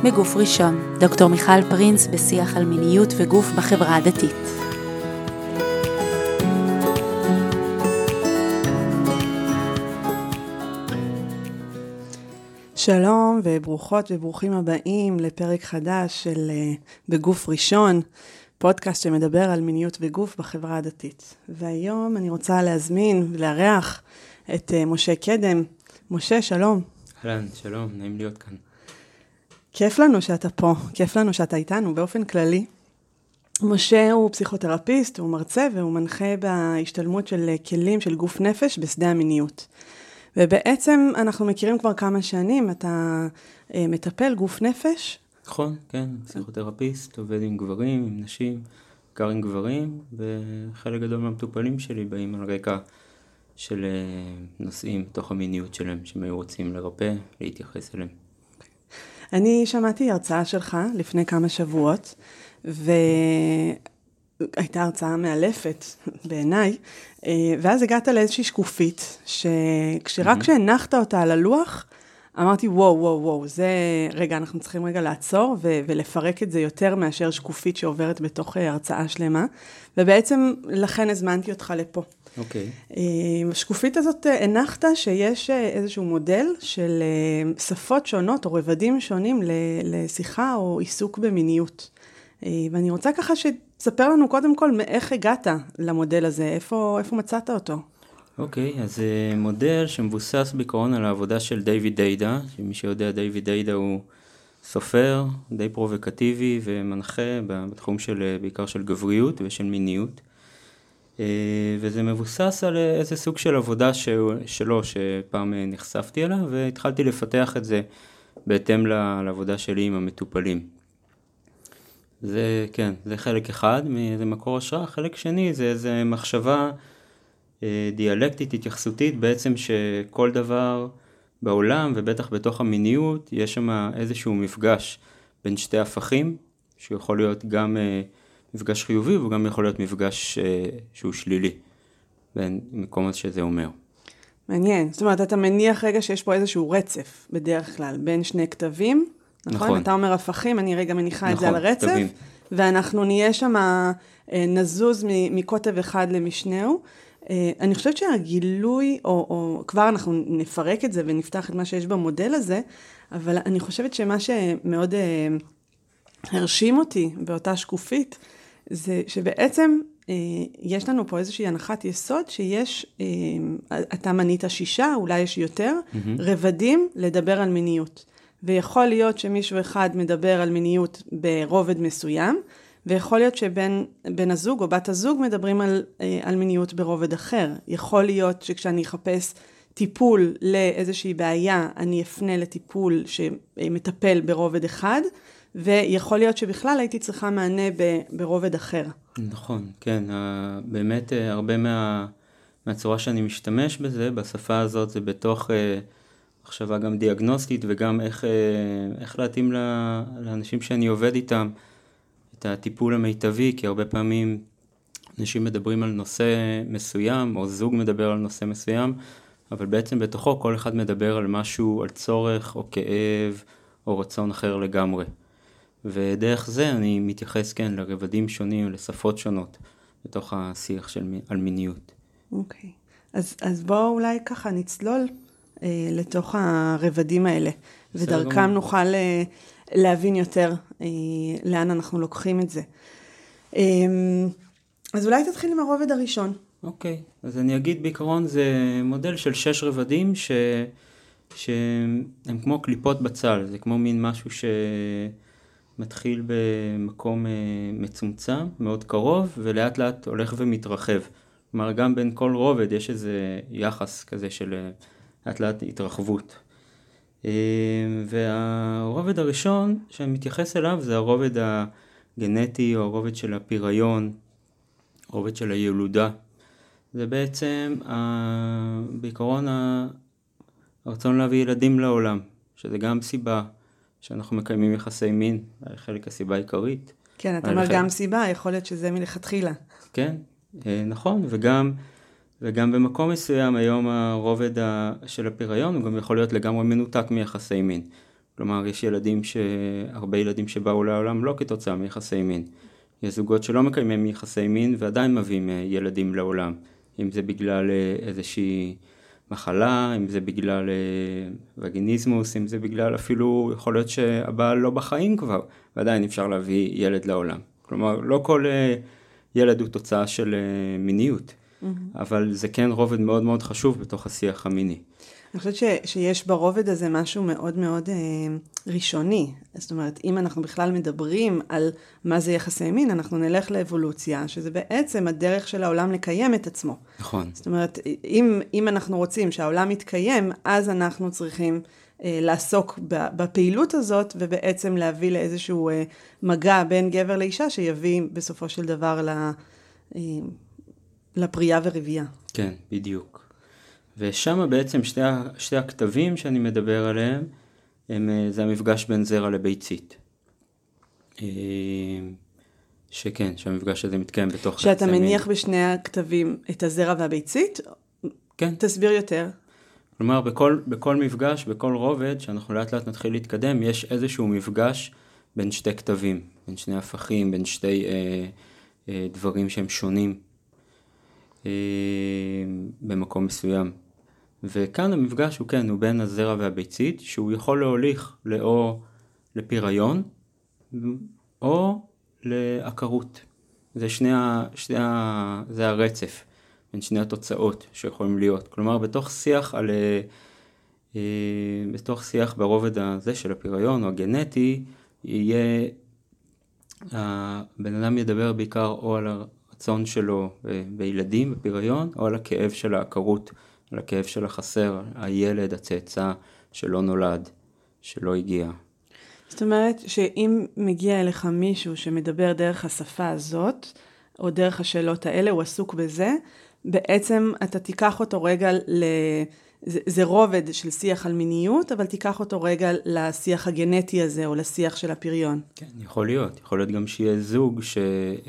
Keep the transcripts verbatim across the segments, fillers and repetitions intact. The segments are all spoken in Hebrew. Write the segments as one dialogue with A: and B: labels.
A: בגוף ראשון, דוקטור מיכל פרינס בשיח על מיניות וגוף בחברה הדתית.
B: שלום וברוכות וברוכים הבאים לפרק חדש של בגוף ראשון, פודקאסט שמדבר על מיניות וגוף בחברה הדתית. והיום אני רוצה להזמין ולארח את משה קדם. משה, שלום.
C: אהלן, שלום, נעים להיות כאן.
B: כיף לנו שאתה פה, כיף לנו שאתה איתנו באופן כללי. משה הוא פסיכותרפיסט, הוא מרצה והוא מנחה בהשתלמות של כלים של גוף נפש בשדה המיניות. ובעצם אנחנו מכירים כבר כמה שנים, אתה מטפל גוף נפש?
C: נכון, כן, פסיכותרפיסט, עובד עם גברים, עם נשים, בעיקר עם גברים, וחלק גדול מהמטופלים שלי באים על רקע של נושאים תוך המיניות שלהם, שהם היו רוצים לרפא, להתייחס אליהם.
B: אני שמעתי הרצאה שלך לפני כמה שבועות, והייתה הרצאה מאלפת בעיניי, ואז הגעת לאיזושהי שקופית, שכשרק כשהנחת אותה על הלוח, אמרתי וואו וואו וואו, זה רגע, אנחנו צריכים רגע לעצור ו- ולפרק את זה יותר מאשר שקופית שעוברת בתוך הרצאה שלמה, ובעצם לכן הזמנתי אותך לפה.
C: אוקיי.
B: השקופית הזאת הנחת שיש איזשהו מודל של שפות שונות או רבדים שונים לשיחה או עיסוק במיניות. ואני רוצה ככה שתספר לנו קודם כל מאיך הגעת למודל הזה, איפה, איפה מצאת אותו?
C: אוקיי, אז זה מודל שמבוסס בעיקרון על העבודה של דיוויד דיידה, שמי שיודע דיוויד דיידה הוא סופר די פרובוקטיבי ומנחה בתחום של בעיקר של גבריות ושל מיניות. וזה מבוסס על איזה סוג של עבודה שלו שפעם נחשפתי אליה, והתחלתי לפתח את זה בהתאם לעבודה שלי עם המטופלים. זה, כן, זה חלק אחד, זה מקור השראה. חלק שני זה איזה מחשבה דיאלקטית, התייחסותית, בעצם שכל דבר בעולם ובטח בתוך המיניות יש שם איזשהו מפגש בין שתי הפכים, שיכול להיות גם מפגש חיובי, והוא גם יכול להיות מפגש שהוא שלילי, בין מקומות שזה אומר.
B: מעניין. זאת אומרת, אתה מניח רגע שיש פה איזשהו רצף, בדרך כלל, בין שני כתבים, נכון? נכון. אתה אומר הפכים, אני רגע מניחה נכון, את זה על הרצף, כתבים. ואנחנו נהיה שם נזוז מקוטב אחד למשנהו. אני חושבת שהגילוי, או, או כבר אנחנו נפרק את זה ונפתח את מה שיש במודל הזה, אבל אני חושבת שמה שמאוד הרשים אותי באותה שקופית, זה שבעצם אה, יש לנו פה איזושהי הנחת יסוד שיש, אה, אתה מנית שישה, אולי יש יותר, mm-hmm. רבדים לדבר על מיניות. ויכול להיות שמישהו אחד מדבר על מיניות ברובד מסוים, ויכול להיות שבן בן הזוג או בת הזוג מדברים על, אה, על מיניות ברובד אחר. יכול להיות שכשאני אחפש טיפול לאיזושהי בעיה, אני אפנה לטיפול שמטפל ברובד אחד, ויכול להיות שבכלל הייתי צריכה מענה ברובד אחר.
C: נכון, כן. באמת הרבה מה, מהצורה שאני משתמש בזה, בשפה הזאת, זה בתוך מחשבה גם דיאגנוסטית, וגם איך, איך להתאים לאנשים שאני עובד איתם, את הטיפול המיטבי, כי הרבה פעמים אנשים מדברים על נושא מסוים, או זוג מדבר על נושא מסוים, אבל בעצם בתוכו כל אחד מדבר על משהו, על צורך, או כאב, או רצון אחר לגמרי. ודרך זה אני מתייחס, כן, לרבדים שונים, לשפות שונות, בתוך השיח של, על מיניות.
B: אוקיי. אז, אז בואו אולי ככה נצלול אה, לתוך הרבדים האלה, ודרכם גם... נוכל אה, להבין יותר אה, לאן אנחנו לוקחים את זה. אה, אז אולי תתחיל עם הרובד הראשון.
C: אוקיי. אז אני אגיד בעיקרון זה מודל של שש רבדים ש... שהם כמו קליפות בצל, זה כמו מין משהו ש... מתחיל במקום מצומצם, מאוד קרוב, ולאט לאט הולך ומתרחב. כלומר, גם בין כל רובד יש איזה יחס כזה של לאט לאט התרחבות. והרובד הראשון שאני מתייחס אליו זה הרובד הגנטי או הרובד של הפיריון, הרובד של הילודה. זה בעצם בעיקרון הרצון להביא ילדים לעולם, שזה גם סיבה שאנחנו מקיימים יחסי מין, חלק הסיבה העיקרית.
B: כן, אתה אומר חלק... גם סיבה, יכול להיות שזה מלכתחילה.
C: כן, נכון, וגם, וגם במקום מסוים היום הרובד של הפיריון הוא גם יכול להיות לגמרי מנותק מיחסי מין. כלומר, יש ילדים ש... הרבה ילדים שבאו לעולם לא כתוצאה מיחסי מין. יש זוגות שלא מקיימים יחסי מין ועדיין מביאים ילדים לעולם. אם זה בגלל איזושהי מחלה, אם זה בגלל וגיניזמוס, אם זה בגלל אפילו יכול להיות שהבעל לא בחיים כבר, ועדיין אפשר להביא ילד לעולם. כלומר, לא כל ילד הוא תוצאה של מיניות, mm-hmm. אבל זה כן רובד מאוד מאוד חשוב בתוך השיח המיני.
B: אני חושבת ש, שיש ברובד הזה משהו מאוד מאוד אה, ראשוני. זאת אומרת, אם אנחנו בכלל מדברים על מה זה יחסי מין, אנחנו נלך לאבולוציה, שזה בעצם הדרך של העולם לקיים את עצמו.
C: נכון.
B: זאת אומרת, אם, אם אנחנו רוצים שהעולם יתקיים, אז אנחנו צריכים אה, לעסוק בפעילות הזאת, ובעצם להביא לאיזשהו אה, מגע בין גבר לאישה, שיביא בסופו של דבר ל, אה, לפרייה ורבייה.
C: כן, בדיוק. ושם בעצם שתי, שתי הכתבים שאני מדבר עליהם, הם, זה המפגש בין זרע לביצית. שכן, שהמפגש הזה מתקיים בתוך...
B: שאתה מניח מין. בשני הכתבים את הזרע והביצית?
C: כן.
B: תסביר יותר.
C: כלומר, בכל, בכל מפגש, בכל רובד, שאנחנו לאט לאט נתחיל להתקדם, יש איזשהו מפגש בין שתי כתבים, בין שני הפכים, בין שתי אה, אה, דברים שהם שונים אה, במקום מסוים. וכאן המפגש הוא כן, הוא בין הזרע והביצית, שהוא יכול להוליך לאו לפיריון, או לעקרות. זה שני ה, שני ה, זה הרצף, בין שני התוצאות שיכולים להיות. כלומר, בתוך שיח על, אה, בתוך שיח ברובד הזה של הפיריון או הגנטי, יהיה, הבן אדם ידבר בעיקר או על הרצון שלו בילדים, בפיריון, או על הכאב של העקרות, על הכאב של החסר, הילד, הצאצא שלא נולד, שלא הגיע.
B: זאת אומרת שאם מגיע אליך מישהו שמדבר דרך השפה הזאת, או דרך השאלות האלה, הוא עסוק בזה, בעצם אתה תיקח אותו רגע, ל... זה, זה רובד של שיח על מיניות, אבל תיקח אותו רגע לשיח הגנטי הזה, או לשיח של הפריון.
C: כן, יכול להיות. יכול להיות גם שיהיה זוג ש...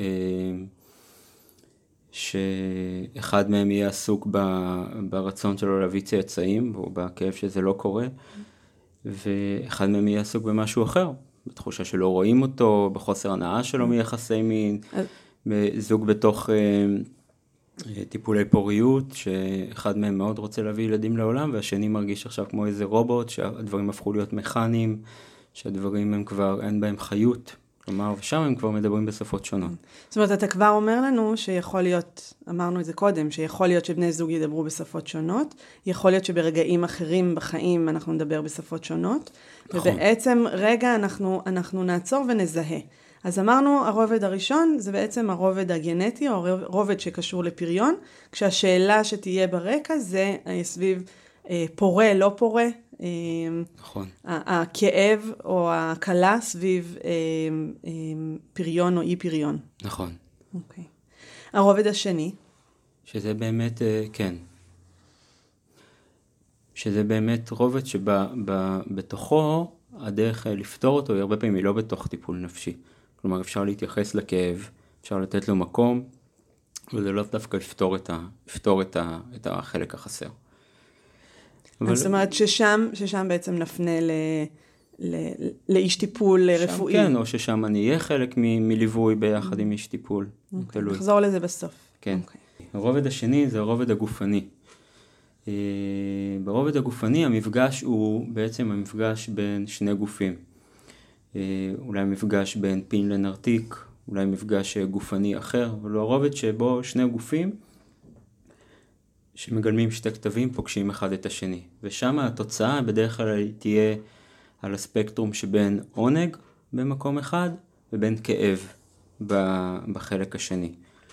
C: שאחד מהם יהיה עסוק ברצון שלו להביא צאצאים, או בכאב שזה לא קורה, ואחד מהם יהיה עסוק במשהו אחר, בתחושה שלא רואים אותו, בחוסר הנאה שלו מיחסי מין, זוג בתוך טיפולי פוריות, שאחד מהם מאוד רוצה להביא ילדים לעולם, והשני מרגיש עכשיו כמו איזה רובוט, שהדברים הפכו להיות מכניים, שהדברים הם כבר, אין בהם חיות, כלומר, ושם הם כבר מדברים בשפות שונות.
B: זאת אומרת, אתה כבר אומר לנו שיכול להיות, אמרנו את זה קודם, שיכול להיות שבני זוג ידברו בשפות שונות, יכול להיות שברגעים אחרים בחיים אנחנו נדבר בשפות שונות, נכון. ובעצם רגע אנחנו, אנחנו נעצור ונזהה. אז אמרנו, הרובד הראשון זה בעצם הרובד הגנטי, או הרובד שקשור לפריון, כשהשאלה שתהיה ברקע זה סביב פורה, לא פורה,
C: נכון.
B: הכאב או הקלה סביב פריון או אי פריון.
C: נכון.
B: אוקיי. הרובד השני?
C: שזה באמת, כן. שזה באמת רובד שבתוכו הדרך לפתור אותו היא הרבה פעמים היא לא בתוך טיפול נפשי. כלומר, אפשר להתייחס לכאב, אפשר לתת לו מקום, וזה לא דווקא לפתור את, ה, לפתור את, ה, את החלק החסר.
B: אבל... זאת אומרת ששם, ששם בעצם נפנה ל, ל, לאיש טיפול
C: שם,
B: רפואי.
C: כן, או ששם אני אהיה חלק מ, מליווי ביחד עם איש טיפול.
B: אוקיי, נחזור לזה בסוף.
C: כן. אוקיי. הרובד השני זה הרובד הגופני. ברובד הגופני המפגש הוא בעצם המפגש בין שני גופים. אולי מפגש בין פין לנרתיק, אולי מפגש גופני אחר, אבל הוא הרובד שבו שני גופים שמגלמים שתי כתבים פוגשים אחד את השני. ושם התוצאה בדרך כלל תהיה על הספקטרום שבין עונג במקום אחד ובין כאב בחלק השני.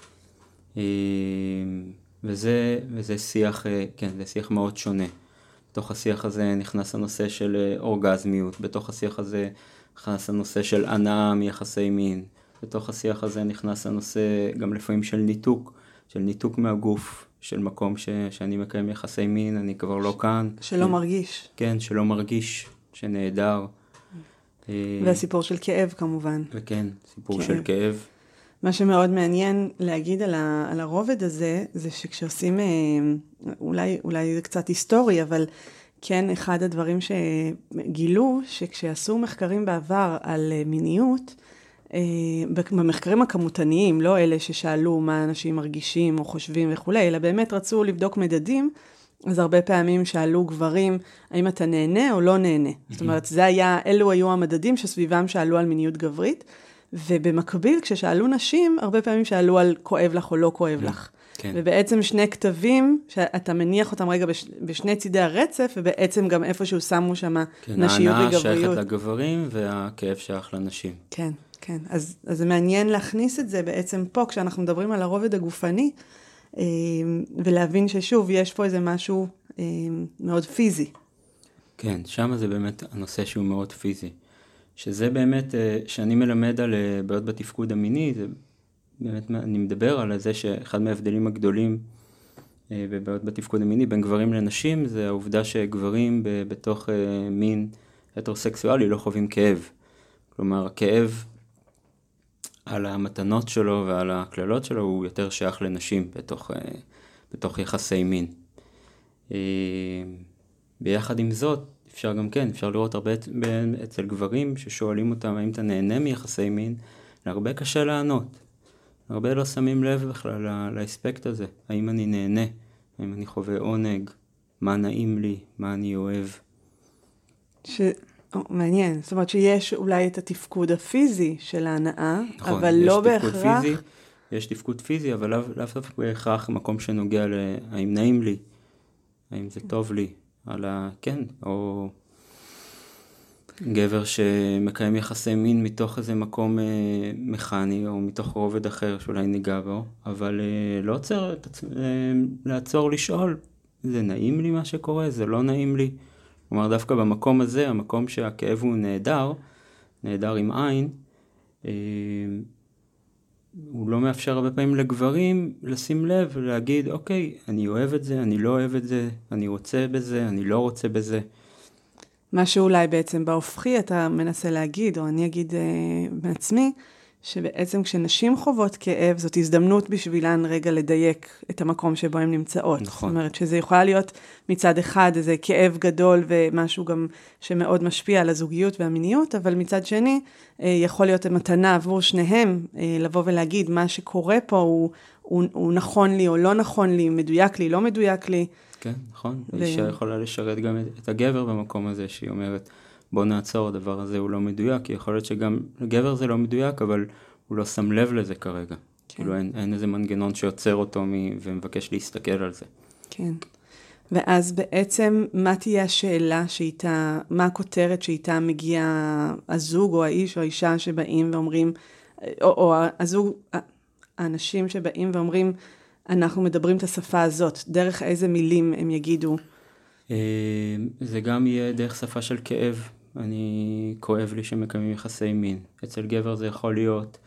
C: וזה, וזה שיח, כן, זה שיח מאוד שונה. בתוך השיח הזה נכנס הנושא של אורגזמיות, בתוך השיח הזה נכנס הנושא של הנאה מיחסי מין, בתוך השיח הזה נכנס הנושא גם לפעמים של ניתוק, של ניתוק מהגוף, של מקום ש, שאני מקיים יחסי מין, אני כבר לא כאן.
B: שלא מרגיש.
C: כן, שלא מרגיש, שנהדר.
B: והסיפור של כאב כמובן.
C: וכן, סיפור כאב. של כאב.
B: מה שמאוד מעניין להגיד על, ה, על הרובד הזה, זה שכשעושים, אולי, אולי זה קצת היסטורי, אבל כן, אחד הדברים שגילו, שכשעשו מחקרים בעבר על מיניות, במחקרים הכמותניים, לא אלה ששאלו מה אנשים מרגישים או חושבים וכו', אלא באמת רצו לבדוק מדדים, אז הרבה פעמים שאלו גברים, האם אתה נהנה או לא נהנה. זאת אומרת, זה היה, אלו היו המדדים שסביבם שאלו על מיניות גברית, ובמקביל, כששאלו נשים, הרבה פעמים שאלו על כואב לך או לא כואב לך.
C: כן.
B: ובעצם שני כתבים, שאתה מניח אותם רגע בש, בשני צידי הרצף, ובעצם גם איפשהו שמו שם
C: כן,
B: נשיות וגבריות.
C: ההנאה שייכת לגברים, והכאב שייך לנשים.
B: כן, כן. אז, אז זה מעניין להכניס את זה בעצם פה, כשאנחנו מדברים על הרובד הגופני, ולהבין ששוב, יש פה איזה משהו מאוד פיזי.
C: כן, שם זה באמת הנושא שהוא מאוד פיזי. שזה באמת, שאני מלמד על בעיות בתפקוד המיני, זה באמת, אני מדבר על זה שאחד מההבדלים הגדולים בבעיות בתפקוד המיני בין גברים לנשים, זה העובדה שגברים בתוך מין הטרוסקסואלי לא חווים כאב. כלומר, הכאב על המתנות שלו ועל הכללות שלו הוא יותר שייך לנשים בתוך, בתוך יחסי מין. ביחד עם זאת, אפשר גם כן, אפשר לראות הרבה אצל גברים ששואלים אותם האם אתה נהנה מיחסי מין, להרבה קשה לענות. הרבה לא שמים לב בכלל לאספקט הזה. האם אני נהנה, האם אני חווה עונג, מה נעים לי, מה אני אוהב.
B: ש... או, מעניין, זאת אומרת שיש אולי את התפקוד הפיזי של ההנאה, נכון, אבל לא בהכרח...
C: פיזי, יש תפקוד פיזי, אבל לאו דווקא בהכרח מקום שנוגע להאם נעים לי, האם זה טוב לי, על ה... כן, או גבר שמקיים יחסי מין מתוך איזה מקום אה, מכני, או מתוך רובד אחר שאולי ניגע בו, אבל אה, לא עוצר, אה, לעצור לשאול, זה נעים לי מה שקורה, זה לא נעים לי. כלומר, דווקא במקום הזה, המקום שהכאב הוא נהדר, נהדר עם עין, אה, הוא לא מאפשר הרבה פעמים לגברים לשים לב ולהגיד, אוקיי, אני אוהב את זה, אני לא אוהב את זה, אני רוצה בזה, אני לא רוצה בזה.
B: מה שאולי בעצם בהופכי אתה מנסה להגיד, או אני אגיד אה, בעצמי, שבעצם כשנשים חוות כאב, זאת הזדמנות בשבילן רגע לדייק את המקום שבו הן נמצאות.
C: נכון.
B: זאת אומרת שזה יכולה להיות מצד אחד איזה כאב גדול ומשהו גם שמאוד משפיע על הזוגיות והמיניות, אבל מצד שני אה, יכול להיות מתנה עבור שניהם אה, לבוא ולהגיד מה שקורה פה הוא, הוא, הוא נכון לי או לא נכון לי, מדויק לי, לא מדויק לי.
C: כן, נכון. ו... האישה יכולה לשרת גם את הגבר במקום הזה, שהיא אומרת, בוא נעצור, הדבר הזה הוא לא מדויק, כי יכול להיות שגם לגבר זה לא מדויק, אבל הוא לא שם לב לזה כרגע. כן. כאילו אין, אין איזה מנגנון שיוצר אותו מ... ומבקש להסתכל על זה.
B: כן. ואז בעצם, מה תהיה השאלה שאיתה, מה הכותרת שאיתה מגיע הזוג או האיש או האישה שבאים ואומרים, או, או הזוג, האנשים שבאים ואומרים, אנחנו מדברים את השפה הזאת, דרך איזה מילים הם יגידו?
C: זה גם יהיה דרך שפה של כאב. אני כואב לי שמקיימים יחסי מין. אצל גבר זה יכול להיות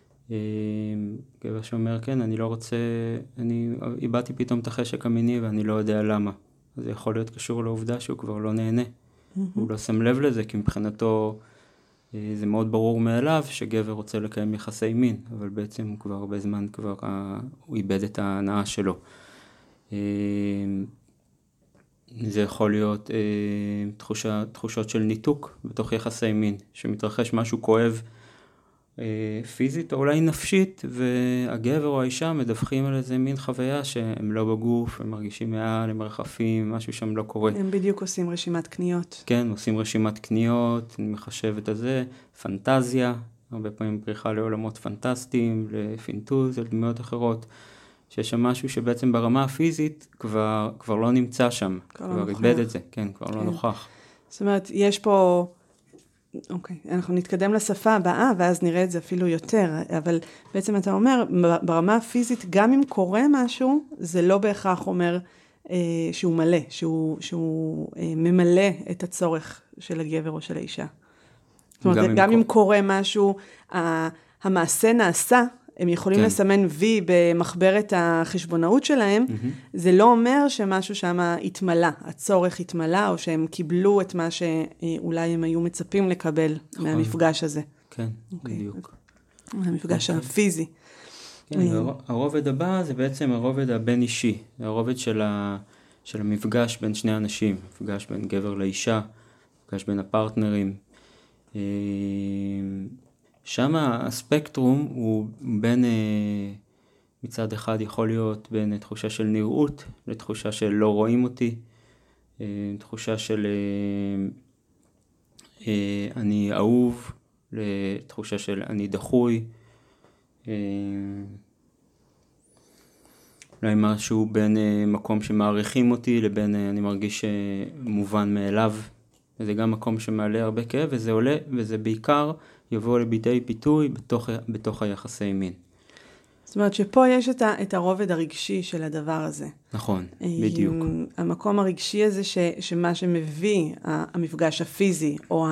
C: גבר שאומר, כן, אני לא רוצה, אני איבדתי פתאום את החשק המיני ואני לא יודע למה. אז זה יכול להיות קשור לעובדה שהוא כבר לא נהנה. Mm-hmm. הוא לא שם לב לזה, כי מבחינתו זה מאוד ברור מאליו שגבר רוצה לקיים יחסי מין, אבל בעצם הוא כבר הרבה זמן כבר, הוא איבד את ההנאה שלו. זה יכול להיות תחושה, תחושות של ניתוק בתוך יחסי מין, שמתרחש משהו כואב פיזית או אולי נפשית, והגבר או האישה מדווחים על איזה מין חוויה שהם לא בגוף, הם מרגישים מעל, הם מרחפים, משהו שם לא קורה.
B: הם בדיוק עושים רשימת קניות.
C: כן, עושים רשימת קניות, אני מחשב את הזה, פנטזיה, הרבה פעמים פריחה לעולמות פנטסטיים, לפינטוז, על דמויות אחרות, שיש שם משהו שבעצם ברמה הפיזית כבר, כבר לא נמצא שם, כבר איבד את זה, כן, כבר כן. לא נוכח.
B: זאת אומרת, יש פה... אוקיי, אנחנו נתקדם לשפה הבאה, ואז נראה את זה אפילו יותר, אבל בעצם אתה אומר, ברמה הפיזית, גם אם קורה משהו, זה לא בהכרח אומר אה, שהוא מלא, שהוא, שהוא אה, ממלא את הצורך של הגבר או של האישה. זאת אומרת, גם, גם אם, אם קורה משהו, ה, המעשה נעשה, הם יכולים כן. לסמן וי במחברת החשבונאות שלהם, mm-hmm. זה לא אומר שמשהו שם התמלא, הצורך התמלא, או שהם קיבלו את מה שאולי הם היו מצפים לקבל נכון. מהמפגש הזה.
C: כן, okay. בדיוק.
B: המפגש okay. הפיזי.
C: כן, הרובד הבא זה בעצם הרובד הבין אישי, הרובד של, ה, של המפגש בין שני אנשים, מפגש בין גבר לאישה, מפגש בין הפרטנרים. שם הספקטרום הוא בין, מצד אחד יכול להיות בין תחושה של נראות לתחושה של לא רואים אותי, תחושה של אני אהוב לתחושה של אני דחוי, אולי משהו בין מקום שמעריכים אותי לבין אני מרגיש מובן מאליו. וזה גם מקום שמעלה הרבה כאב, וזה עולה, וזה בעיקר יבוא לביטוי ביטוי בתוך, בתוך היחסי מין.
B: זאת אומרת שפה יש את, ה, את הרובד הרגשי של הדבר הזה.
C: נכון, בדיוק.
B: המקום הרגשי הזה ש, שמה שמביא המפגש הפיזי, או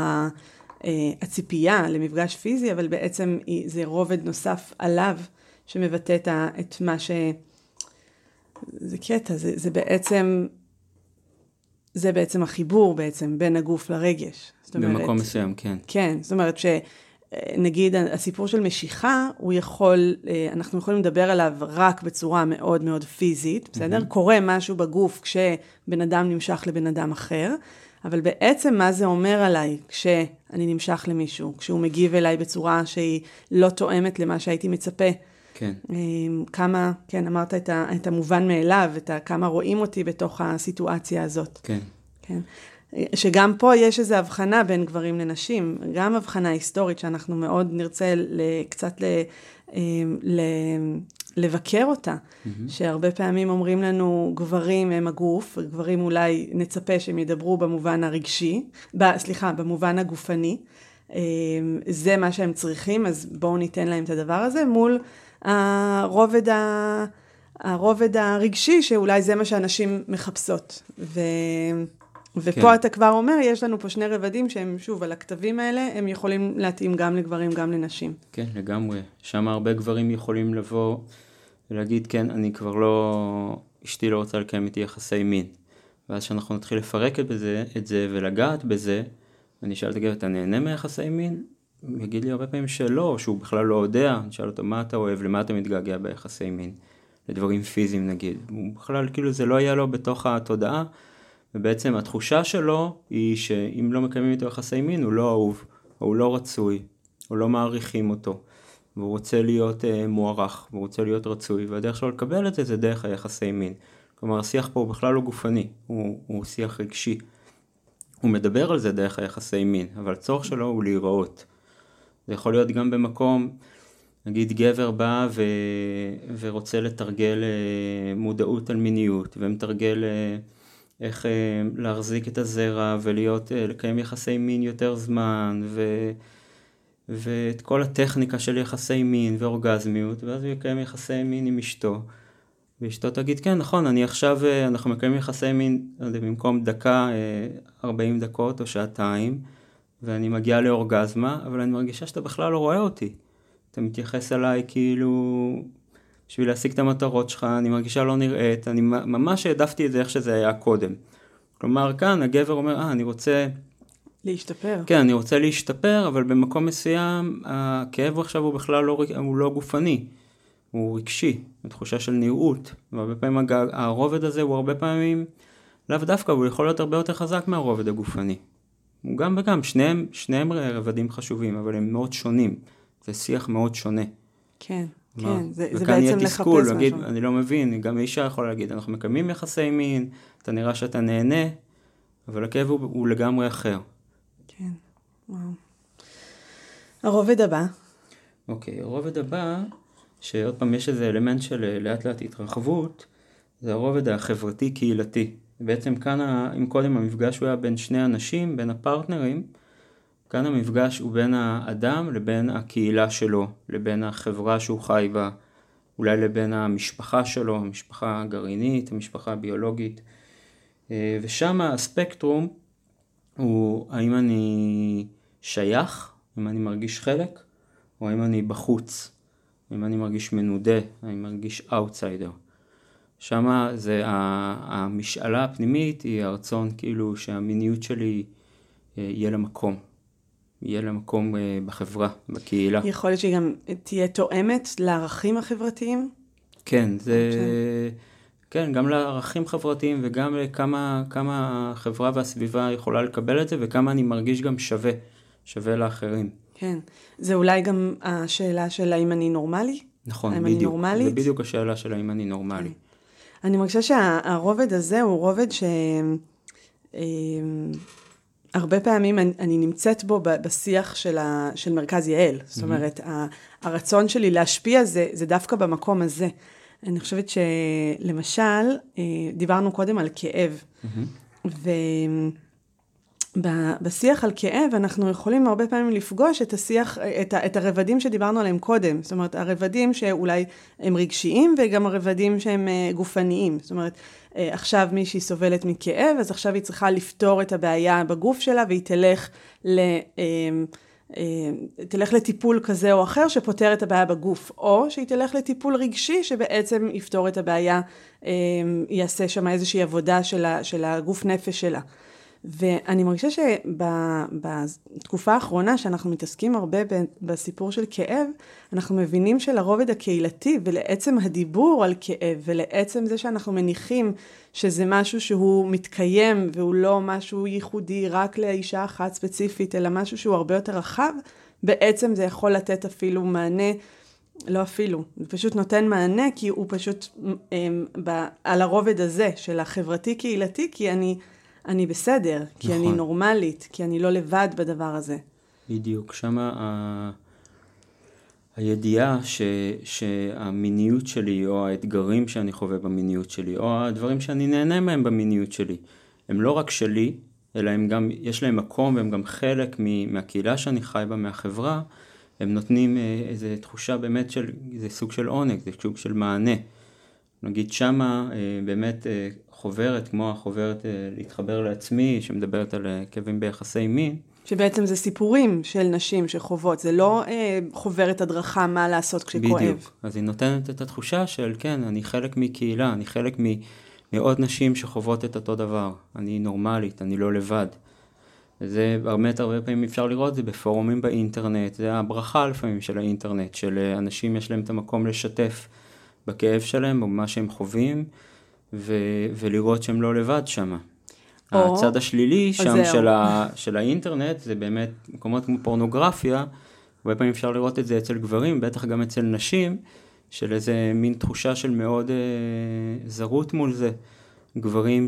B: הציפייה למפגש פיזי, אבל בעצם זה רובד נוסף עליו, שמבטא את, את מה ש... זה קטע, זה, זה בעצם... זה בעצם החיבור בעצם בין הגוף לרגש.
C: במקום מסוים, כן.
B: כן, זאת אומרת שנגיד הסיפור של משיכה, הוא יכול, אנחנו יכולים לדבר עליו רק בצורה מאוד מאוד פיזית, בסדר? קורה משהו בגוף כשבן אדם נמשך לבן אדם אחר, אבל בעצם מה זה אומר עליי כשאני נמשך למישהו, כשהוא מגיב אליי בצורה שהיא לא תואמת למה שהייתי מצפה.
C: כן.
B: כמה, כן, אמרת את, ה, את המובן מאליו, את ה, כמה רואים אותי בתוך הסיטואציה הזאת.
C: כן.
B: כן. שגם פה יש איזו הבחנה בין גברים לנשים, גם הבחנה היסטורית שאנחנו מאוד נרצה קצת ל, ל, לבקר אותה, mm-hmm. שהרבה פעמים אומרים לנו גברים הם הגוף, גברים אולי נצפה שהם ידברו במובן הרגשי, ב, סליחה, במובן הגופני, זה מה שהם צריכים, אז בואו ניתן להם את הדבר הזה, מול הרובד, ה... הרובד הרגשי, שאולי זה מה שאנשים מחפשות. ו... ופה כן. אתה כבר אומר, יש לנו פה שני רבדים שהם, שוב, על הכתבים האלה, הם יכולים להתאים גם לגברים, גם לנשים.
C: כן, לגמרי. שם הרבה גברים יכולים לבוא ולהגיד, כן, אני כבר לא, אשתי לא רוצה לקיים איתי יחסי מין. ואז שאנחנו נתחיל לפרק את זה, את זה ולגעת בזה, אני אשאל את הגבר, אתה נהנה מיחסי מין? הוא יגיד לי הרבה פעמים שלא, שהוא בכלל לא יודע, אני אשאל אותו, מה אתה אוהב, למה אתה מתגעגע ביחסי מין? לדברים פיזיים נגיד. הוא בכלל, כאילו זה לא היה לו בתוך התודעה, ובעצם התחושה שלו היא שאם לא מקיימים איתו יחסי מין, הוא לא אהוב, או הוא לא רצוי, או לא מעריכים אותו, והוא רוצה להיות אה, מוערך, והוא רוצה להיות רצוי, והדרך שלו לקבל את זה, זה דרך היחסי מין. כלומר, השיח פה הוא בכלל לא גופני, הוא, הוא שיח רגשי. הוא מדבר על זה דרך היחסי מין, אבל הצורך שלו הוא להיראות. זה יכול להיות גם במקום, נגיד גבר בא ו... ורוצה לתרגל מודעות על מיניות, ומתרגל איך להחזיק את הזרע ולהיות, לקיים יחסי מין יותר זמן, ו... ואת כל הטכניקה של יחסי מין ואורגזמיות, ואז הוא יקיים יחסי מין עם אשתו. ואשתו תגיד, כן, נכון, אני עכשיו, אנחנו מקיימים יחסי מין, במקום דקה, ארבעים דקות או שעתיים, ואני מגיעה לאורגזמה, אבל אני מרגישה שאתה בכלל לא רואה אותי. אתה מתייחס אליי כאילו, בשביל להשיג את המטרות שלך, אני מרגישה לא נראית, אני ממש העדפתי את זה איך שזה היה קודם. כלומר, כאן הגבר אומר, אה, אני רוצה...
B: להשתפר.
C: כן, אני רוצה להשתפר, אבל במקום מסוים, הכאב עכשיו הוא בכלל לא, הוא לא גופני. הוא רגשי, בתחושה של נראות, והרבה פעמים הרובד הזה הוא הרבה פעמים, לאו דווקא, הוא יכול להיות הרבה יותר חזק מהרובד הגופני. הוא גם וגם, שניהם, שניהם רבדים חשובים, אבל הם מאוד שונים. זה שיח מאוד שונה.
B: כן, מה? כן, זה, זה
C: בעצם
B: לחפש
C: תסכול,
B: משהו.
C: להגיד, אני לא מבין, גם אישה יכולה להגיד, אנחנו מקיימים יחסי מין, אתה נראה שאתה נהנה, אבל הכאב הוא, הוא לגמרי אחר.
B: כן, וואו. הרובד הבא.
C: אוקיי, הרובד הבא, שעוד פעם יש איזה אלמנט של לאט לאט התרחבות, זה הרובד החברתי-קהילתי. בעצם כאן, אם קודם המפגש הוא היה בין שני אנשים, בין הפרטנרים, כאן המפגש הוא בין האדם לבין הקהילה שלו, לבין החברה שהוא חי בה, אולי לבין המשפחה שלו, המשפחה הגרעינית, המשפחה הביולוגית. ושם הספקטרום הוא האם אני שייך, האם אני מרגיש חלק, או האם אני בחוץ, האם אני מרגיש מנודה, האם אני מרגיש אאוטסיידר. שמה זה המשאלה הפנימית היא הרצון כאילו שהמיניות שלי יהיה למקום. יהיה למקום בחברה, בקהילה.
B: יכול להיות שהיא גם תהיה תואמת לערכים החברתיים?
C: כן, זה כן, גם לערכים חברתיים וגם לכמה כמה החברה והסביבה יכולה לקבל את זה, וכמה אני מרגיש גם שווה, שווה לאחרים.
B: כן, זה אולי גם השאלה של האם אני נורמלי?
C: נכון, בדיוק. זה בדיוק השאלה של האם אני נורמלי. כן.
B: אני מרגישה שהרובד הזה הוא רובד ש... הרבה פעמים אני, אני נמצאת בו בשיח של, ה, של מרכז יעל. Mm-hmm. זאת אומרת, הרצון שלי להשפיע זה, זה דווקא במקום הזה. אני חושבת שלמשל, דיברנו קודם על כאב. Mm-hmm. ובשיח על כאב אנחנו יכולים הרבה פעמים לפגוש את השיח, את, ה, את הרבדים שדיברנו עליהם קודם. זאת אומרת, הרבדים שאולי הם רגשיים וגם הרבדים שהם גופניים. זאת אומרת, עכשיו מישהי סובלת מכאב, אז עכשיו היא צריכה לפתור את הבעיה בגוף שלה, והיא תלך, ל, תלך לטיפול כזה או אחר שפותר את הבעיה בגוף, או שהיא תלך לטיפול רגשי שבעצם יפתור את הבעיה, יעשה שם איזושהי עבודה של, של הגוף נפש שלה. ואני מרגישה שבתקופה האחרונה שאנחנו מתעסקים הרבה בסיפור של כאב, אנחנו מבינים שלרובד הקהילתי ולעצם הדיבור על כאב ולעצם זה שאנחנו מניחים שזה משהו שהוא מתקיים והוא לא משהו ייחודי רק לאישה אחת ספציפית, אלא משהו שהוא הרבה יותר רחב, בעצם זה יכול לתת אפילו מענה, לא אפילו, זה פשוט נותן מענה כי הוא פשוט על הרובד הזה של החברתי קהילתי, כי אני... אני בסדר, כי נכון. אני נורמלית, כי אני לא לבד בדבר הזה.
C: בדיוק, שמה ה... הידיעה ש... שהמיניות שלי, או האתגרים שאני חווה במיניות שלי, או הדברים שאני נהנה מהם במיניות שלי, הם לא רק שלי, אלא הם גם, יש להם מקום, והם גם חלק מ... מהקהילה שאני חי בה, מהחברה, הם נותנים איזו תחושה באמת של, זה סוג של עונג, זה סוג של מענה. נגיד שמה באמת חוברת, כמו החוברת להתחבר לעצמי, שמדברת על כאבים ביחסי מין.
B: שבעצם זה סיפורים של נשים שחוות, זה לא חוברת הדרכה מה לעשות כשכואב.
C: בדיוק, אז היא נותנת את התחושה של כן, אני חלק מקהילה, אני חלק מעוד נשים שחוות את אותו דבר. אני נורמלית, אני לא לבד. וזה באמת הרבה פעמים אפשר לראות, זה בפורומים באינטרנט, זה הברכה לפעמים של האינטרנט, של אנשים יש להם את המקום לשתף בכאב שלהם, במה שהם חווים, ו- ולראות שהם לא לבד שם. או, הצד השלילי שם של, ה- של האינטרנט, זה באמת מקומות כמו פורנוגרפיה, הרבה פעמים אפשר לראות את זה אצל גברים, בטח גם אצל נשים, של איזה מין תחושה של מאוד אה, זרות מול זה. גברים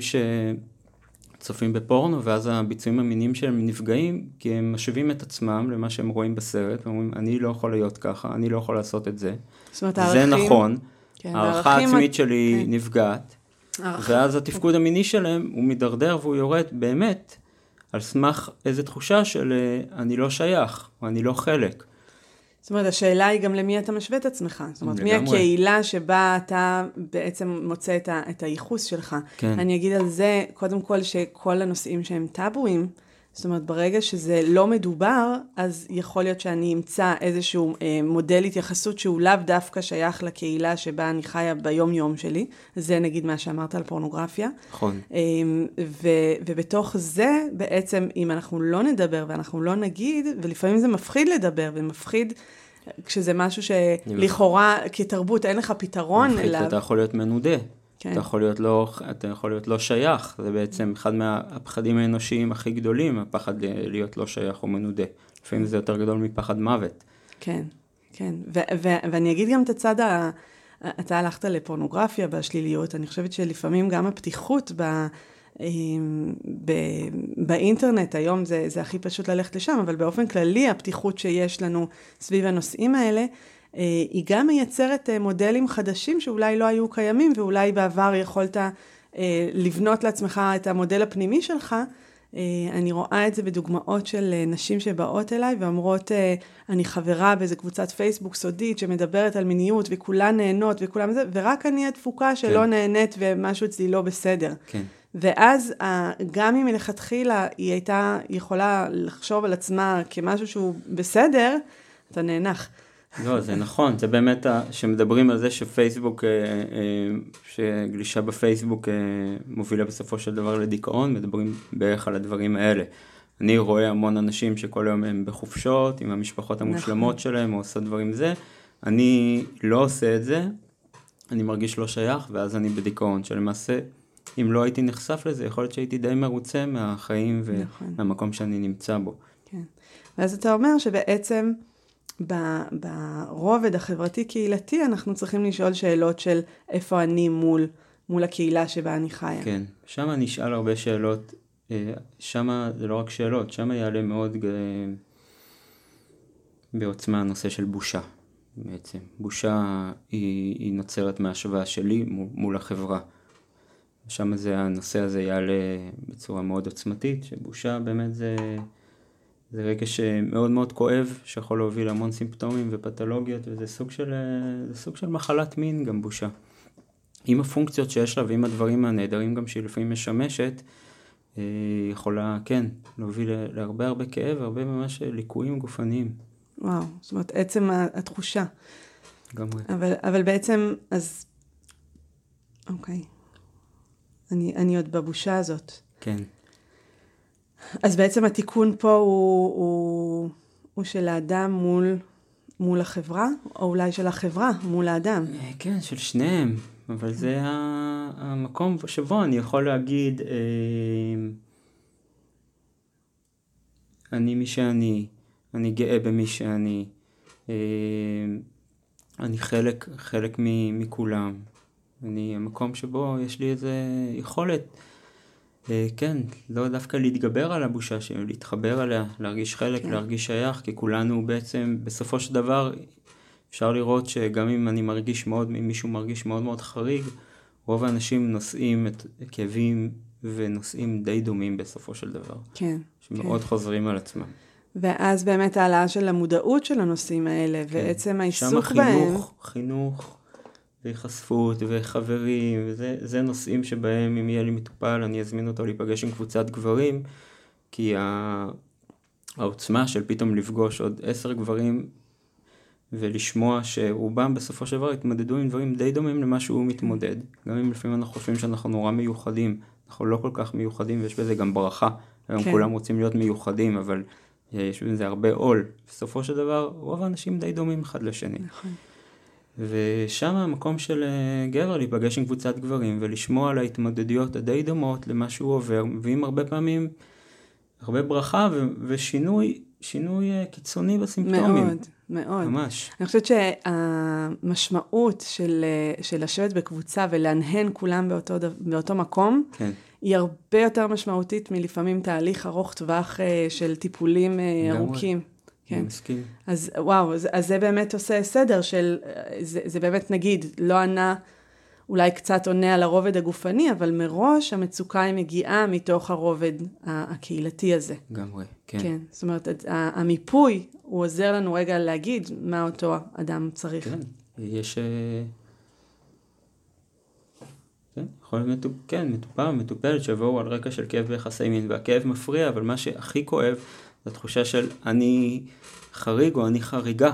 C: שצופים בפורנו, ואז הביצועים המיניים שלהם נפגעים, כי הם משווים את עצמם למה שהם רואים בסרט, ואומרים, אני לא יכול להיות ככה, אני לא יכול לעשות את זה.
B: זאת אומרת,
C: זה
B: הערכים...
C: נכון. כן, הערכה העצמית שלי כן. נפגעת, הערכה. ואז התפקוד המיני שלהם הוא מדרדר והוא יורד באמת על סמך איזו תחושה של אני לא שייך, או אני לא חלק.
B: זאת אומרת, השאלה היא גם למי אתה משווה את עצמך. זאת אומרת, מי הקהילה שבה אתה בעצם מוצא את, ה, את הייחוס שלך. כן. אני אגיד על זה, קודם כל, שכל הנושאים שהם טאבויים, זאת אומרת, ברגע שזה לא מדובר, אז יכול להיות שאני אמצא איזשהו אה, מודל התייחסות שהוא לאו דווקא שייך לקהילה שבה אני חיה ביום יום שלי. זה נגיד מה שאמרת על פורנוגרפיה. נכון. אה, ו- ובתוך זה, בעצם, אם אנחנו לא נדבר ואנחנו לא נגיד, ולפעמים זה מפחיד לדבר, ומפחיד כשזה משהו שלכאורה כתרבות אין לך פתרון
C: מפחיד,
B: אליו.
C: אתה יכול להיות מנודה. כן. אתה יכול להיות לא, אתה יכול להיות לא שייך, זה בעצם אחד מהפחדים האנושיים הכי גדולים, הפחד להיות לא שייך או מנודה. לפעמים זה יותר גדול מפחד מוות.
B: כן, כן. ו- ו- ואני אגיד גם את הצד, ה- אתה הלכת לפורנוגרפיה בשליליות, אני חושבת שלפעמים גם הפתיחות ב- ב- באינטרנט, היום זה, זה הכי פשוט ללכת לשם, אבל באופן כללי הפתיחות שיש לנו סביב הנושאים האלה, היא גם מייצרת מודלים חדשים שאולי לא היו קיימים, ואולי בעבר יכולת לבנות לעצמך את המודל הפנימי שלך. אני רואה את זה בדוגמאות של נשים שבאות אליי ואומרות, אני חברה באיזו קבוצת פייסבוק סודית שמדברת על מיניות וכולן נהנות וכולם זה, ורק אני התפוקה שלא כן. נהנית ומשהו אצלי לא בסדר. כן. ואז גם אם מלכתחילה היא הייתה יכולה לחשוב על עצמה כמשהו שהוא בסדר, אתה נהנך.
C: לא, זה נכון, זה באמת שמדברים על זה שפייסבוק, שגלישה בפייסבוק מובילה בסופו של דבר לדיכאון, מדברים בערך על הדברים האלה. אני רואה המון אנשים שכל יום הם בחופשות, עם המשפחות המושלמות שלהם, או עושות דברים זה. אני לא עושה את זה, אני מרגיש לא שייך, ואז אני בדיכאון, שלמעשה, אם לא הייתי נחשף לזה, יכול להיות שהייתי די מרוצה מהחיים ומהמקום נכון. שאני נמצא בו.
B: כן. ואז אתה אומר שבעצם ברובד החברתי-קהילתי, אנחנו צריכים לשאול שאלות של איפה אני מול, מול הקהילה שבה אני חיה.
C: כן, שם אני אשאל הרבה שאלות, שם זה לא רק שאלות, שם יעלה מאוד בעוצמה הנושא של בושה. בעצם. בושה היא, היא נוצרת מהשוואה שלי מול, מול החברה. שם זה, הנושא הזה יעלה בצורה מאוד עוצמתית, שבושה באמת זה, זה רגש מאוד מאוד כואב, שיכול להוביל המון סימפטומים ופתולוגיות, וזה סוג של, זה סוג של מחלת מין, גם בושה. עם הפונקציות שיש לה ועם הדברים הנהדרים גם שהיא לפעמים משמשת, היא יכולה, כן, להוביל להרבה הרבה כאב, הרבה ממש ליקויים גופניים.
B: וואו, זאת אומרת, עצם התחושה.
C: גמרי.
B: אבל, אבל בעצם, אז, אוקיי. אני, אני עוד בבושה הזאת.
C: כן.
B: אז בעצם התיקון פה הוא, הוא, הוא של האדם מול, מול החברה, או אולי של החברה מול האדם.
C: כן, של שניהם. אבל זה המקום שבו אני יכול להגיד, אני מי שאני, אני גאה במי שאני, אני חלק, חלק מכולם. אני המקום שבו יש לי איזה יכולת, כן, לא דווקא להתגבר על הבושה שלי, להתחבר עליה, להרגיש חלק, להרגיש שייך, כי כולנו בעצם בסופו של דבר, אפשר לראות שגם אם אני מרגיש מאוד, אם מישהו מרגיש מאוד מאוד חריג, רוב האנשים נושאים את כאבים ונושאים די דומים בסופו של דבר.
B: כן.
C: שמאוד
B: כן.
C: חוזרים על עצמם.
B: ואז באמת העלאה של המודעות של הנושאים האלה, כן. ועצם העיסוק בהם.
C: שם חינוך, חינוך וחשפות וחברים, וזה זה נושאים שבהם אם יהיה לי מטופל, אני אזמין אותו להיפגש עם קבוצת גברים, כי העוצמה של פתאום לפגוש עוד עשר גברים, ולשמוע שרובם בסופו של דבר התמודדו עם דברים די דומים למה שהוא מתמודד. גם אם לפעמים אנחנו חושבים שאנחנו נורא מיוחדים, אנחנו לא כל כך מיוחדים, ויש בזה גם ברכה. היום כולם רוצים להיות מיוחדים, אבל יש בזה הרבה עול. בסופו של דבר, רוב האנשים די דומים אחד לשני.
B: נכון.
C: ושם המקום של גבר להיפגש עם קבוצת גברים, ולשמוע על ההתמודדויות הדי דומות למה שהוא עובר, מביאים הרבה פעמים, הרבה ברכה ו- ושינוי, שינוי קיצוני בסימפטומים.
B: מאוד, מאוד.
C: ממש.
B: אני חושבת שהמשמעות של, של לשבת בקבוצה ולהנהן כולם באותו, באותו מקום,
C: כן.
B: היא הרבה יותר משמעותית מלפעמים תהליך ארוך טווח של טיפולים ארוכים. כן.
C: אני מסכים.
B: אז וואו, אז, אז זה באמת עושה סדר של, זה, זה באמת נגיד, לא ענה, אולי קצת עונה על הרובד הגופני, אבל מראש המצוקה היא מגיעה מתוך הרובד הקהילתי הזה.
C: גמרי, כן.
B: כן, זאת אומרת, המיפוי הוא עוזר לנו רגע להגיד מה אותו אדם צריך.
C: כן, יש... כן, יכול להיות, כן, מטופל, מטופלת שבואו על רקע של כאב ביחסי מין, והכאב מפריע, אבל מה שהכי כואב, זו התחושה של אני חריג או אני חריגה,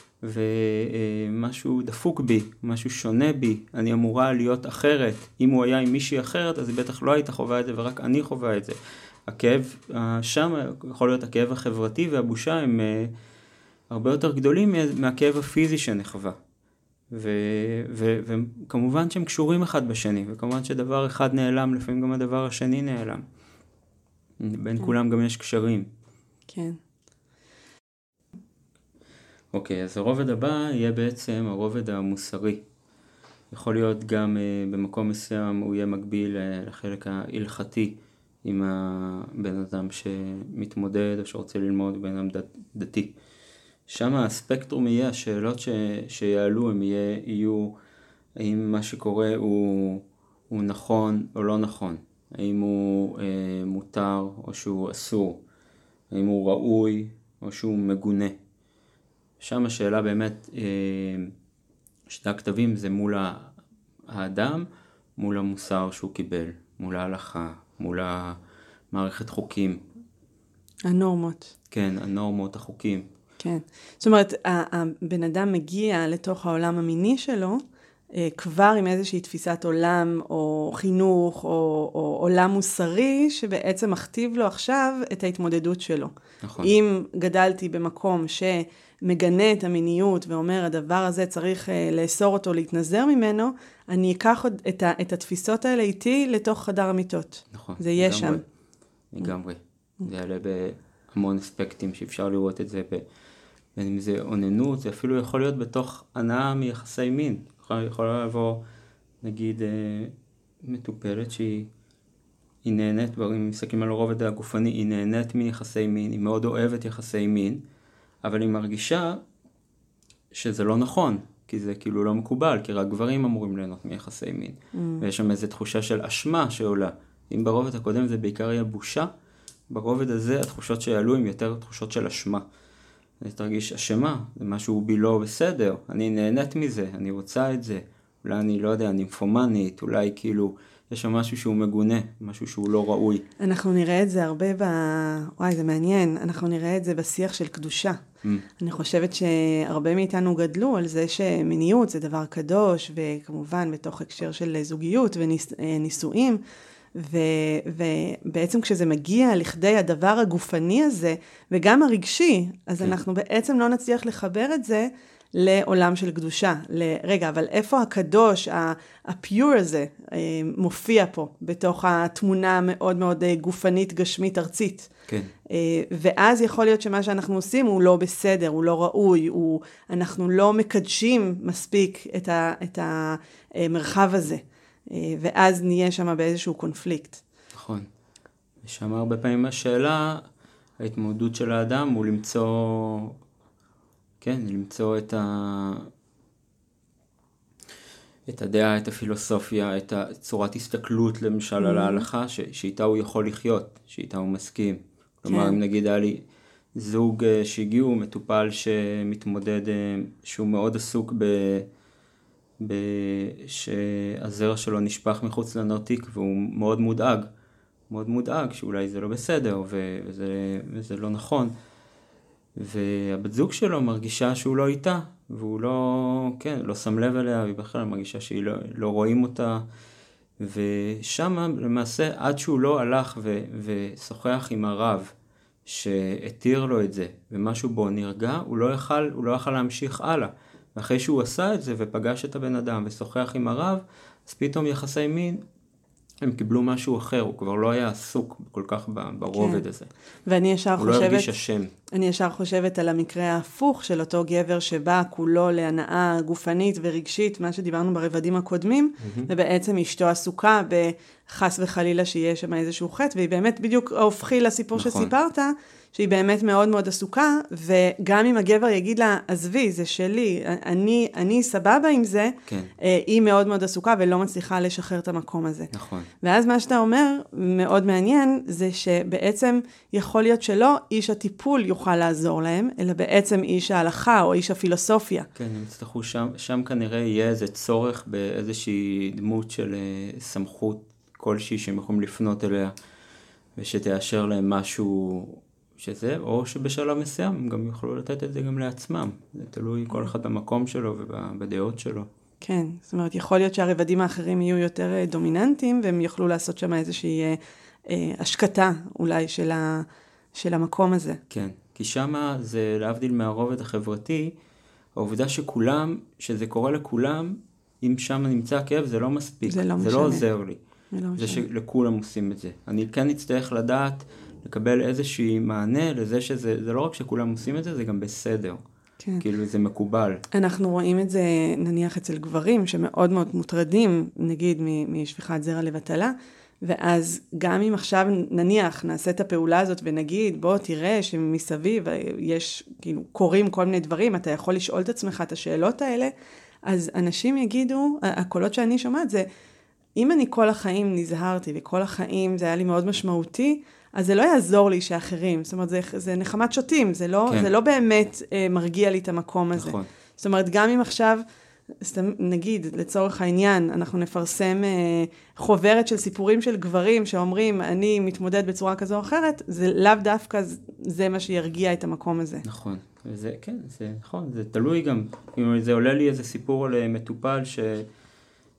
C: ומשהו דפוק בי, משהו שונה בי, אני אמורה להיות אחרת. אם הוא היה עם מישהי אחרת, אז היא בטח לא הייתה חובה את זה, ורק אני חובה את זה. הכאב שם יכול להיות הכאב החברתי והבושה הם הרבה יותר גדולים מהכאב הפיזי שנחווה. ו- ו- וכמובן שהם קשורים אחד בשני, וכמובן שדבר אחד נעלם, לפעמים גם הדבר השני נעלם. בין כן. כולם גם יש קשרים.
B: כן.
C: אוקיי, אז הרובד הבא יהיה בעצם הרובד המוסרי. יכול להיות גם uh, במקום מסוים הוא יהיה מקביל uh, לחלק ההלכתי עם הבן אדם שמתמודד או שרוצה ללמוד בן אדם דת, דתי. שם הספקטרום יהיה, השאלות ש, שיעלו הם יהיה, יהיו האם מה שקורה הוא, הוא נכון או לא נכון, האם הוא uh, מותר או שהוא אסור, האם הוא ראוי או שהוא מגונה. שם השאלה באמת, שתי הכתבים זה מול האדם, מול המוסר שהוא קיבל, מול ההלכה, מול המערכת חוקים.
B: הנורמות.
C: כן, הנורמות, החוקים.
B: כן. זאת אומרת, הבן אדם מגיע לתוך העולם המיני שלו, כבר עם איזושהי תפיסת עולם או חינוך או, או עולם מוסרי שבעצם מכתיב לו עכשיו את ההתמודדות שלו.
C: נכון.
B: אם גדלתי במקום שמגנה את המיניות ואומר הדבר הזה צריך לאסור אותו, להתנזר ממנו, אני אקח את, ה, את התפיסות האלה איתי לתוך חדר המיטות.
C: נכון.
B: זה יהיה שם.
C: לגמרי. זה יעלה בהמון אספקטים שאפשר לראות את זה, בין אם זה עוננות, זה אפילו יכול להיות בתוך הנאה מיחסי מין. יכולה לבוא, נגיד, מטופלת שהיא נהנית, אם מסתכלים על הרובד הגופני, היא נהנית מיחסי מין, היא מאוד אוהבת יחסי מין, אבל היא מרגישה שזה לא נכון, כי זה כאילו לא מקובל, כי רק גברים אמורים ליהנות מיחסי מין. Mm. ויש שם איזו תחושה של אשמה שעולה. אם ברובד הקודם זה בעיקר יהיה בושה, ברובד הזה התחושות שיעלו הם יותר תחושות של אשמה. אני תרגיש אשמה, זה משהו בי לא בסדר, אני נהנית מזה, אני רוצה את זה, אולי אני לא יודע, אני מפומנית, אולי כאילו יש שם משהו שהוא מגונה, משהו שהוא לא ראוי.
B: אנחנו נראה את זה הרבה ב... וואי, זה מעניין, אנחנו נראה את זה בשיח של קדושה. Mm. אני חושבת שהרבה מאיתנו גדלו על זה שמיניות זה דבר קדוש, וכמובן בתוך הקשר של זוגיות ונישואים, ו, ובעצם כשזה מגיע לכדי הדבר הגופני הזה, וגם הרגשי, אז כן. אנחנו בעצם לא נצליח לחבר את זה לעולם של קדושה. רגע, אבל איפה הקדוש, הפיור הזה, מופיע פה, בתוך התמונה המאוד מאוד גופנית, גשמית, ארצית.
C: כן.
B: ואז יכול להיות שמה שאנחנו עושים הוא לא בסדר, הוא לא ראוי, הוא, אנחנו לא מקדשים מספיק את, ה, את המרחב הזה. ואז נהיה שם באיזשהו קונפליקט.
C: נכון. ושם הרבה פעמים השאלה, ההתמודדות של האדם הוא למצוא, כן, למצוא את ה... את הדעה, את הפילוסופיה, את צורת הסתכלות למשל על ההלכה, ש... שאיתה הוא יכול לחיות, שאיתה הוא מסכים. כלומר, אם נגיד היה לי זוג שהגיעו, מטופל שמתמודד, שהוא מאוד עסוק ב... שהזרע שלו נשפך מחוץ לנוטיק, והוא מאוד מודאג, מאוד מודאג שאולי זה לא בסדר, וזה, וזה לא נכון. והבת זוג שלו מרגישה שהוא לא איתה, והוא לא, כן, לא שם לב אליה, והיא בכלל מרגישה שהיא לא, לא רואים אותה. ושם למעשה, עד שהוא לא הלך ו, ושוחח עם הרב, שהתיר לו את זה, ומשהו בו נרגע, הוא לא יכל, הוא לא יכל להמשיך הלאה. ואחרי שהוא עשה את זה ופגש את הבן אדם ושוחח עם הרב, אז פתאום יחסי מין, הם קיבלו משהו אחר, הוא כבר לא היה עסוק כל כך ברובד
B: כן. הזה.
C: ואני
B: ישר
C: הוא
B: חושבת,
C: לא הרגיש השם.
B: אני ישר חושבת על המקרה ההפוך של אותו גבר שבא כולו להנאה גופנית ורגשית, מה שדיברנו ברבדים הקודמים, mm-hmm. ובעצם אשתו עסוקה בחס וחלילה שיהיה שם איזשהו חטא, והיא באמת בדיוק הופכי לסיפור נכון. שסיפרת, שהיא באמת מאוד מאוד עסוקה, וגם אם הגבר יגיד לה, עזבי, זה שלי, אני, אני סבבה עם זה,
C: כן.
B: היא מאוד מאוד עסוקה ולא מצליחה לשחרר את המקום הזה.
C: נכון.
B: ואז מה שאתה אומר, מאוד מעניין, זה שבעצם יכול להיות שלא איש הטיפול יוכל לעזור להם, אלא בעצם איש ההלכה או איש הפילוסופיה.
C: כן, הם יצטרכו שם, שם כנראה יהיה איזה צורך באיזושהי דמות של סמכות כלשהי שהם יכולים לפנות אליה, ושתאשר להם משהו שזה, או שבשלב מסוים הם גם יוכלו לתת את זה גם לעצמם. זה תלוי כל אחד במקום שלו ובדעות שלו.
B: כן, זאת אומרת, יכול להיות שהרבדים האחרים יהיו יותר דומיננטיים, והם יוכלו לעשות שם איזושהי אה, השקטה אולי של, ה, של המקום הזה.
C: כן, כי שמה זה להבדיל מהרובד החברתי, העובדה שכולם, שזה קורה לכולם, אם שם נמצא הכאב, זה לא מספיק.
B: זה לא משנה.
C: זה לא עוזר לי.
B: זה לא משנה.
C: זה שלכולם עושים את זה. אני כן אצטרך לדעת, לקבל איזושהי מענה לזה שזה, זה לא רק שכולם עושים את זה, זה גם בסדר.
B: כן.
C: כאילו זה מקובל.
B: אנחנו רואים את זה נניח אצל גברים שמאוד מאוד מוטרדים, נגיד משפיכת זרע לבטלה, ואז גם אם עכשיו נניח נעשה את הפעולה הזאת ונגיד, בוא תראה שמסביב יש, כאילו, קוראים כל מיני דברים, אתה יכול לשאול את עצמך את השאלות האלה, אז אנשים יגידו, הקולות שאני שומעת זה, אם אני כל החיים נזהרתי וכל החיים זה היה לי מאוד משמעותי, אז זה לא יעזור לי שאחרים, זאת אומרת, זה, זה נחמת שוטים, זה לא, כן. זה לא באמת אה, מרגיע לי את המקום הזה.
C: נכון.
B: זאת אומרת, גם אם עכשיו, נגיד, לצורך העניין, אנחנו נפרסם אה, חוברת של סיפורים של גברים שאומרים, אני מתמודד בצורה כזו או אחרת, זה לאו דווקא, זה מה שירגיע את המקום הזה.
C: נכון, וזה, כן, זה נכון, זה תלוי גם, זה עולה לי איזה סיפור על מטופל ש...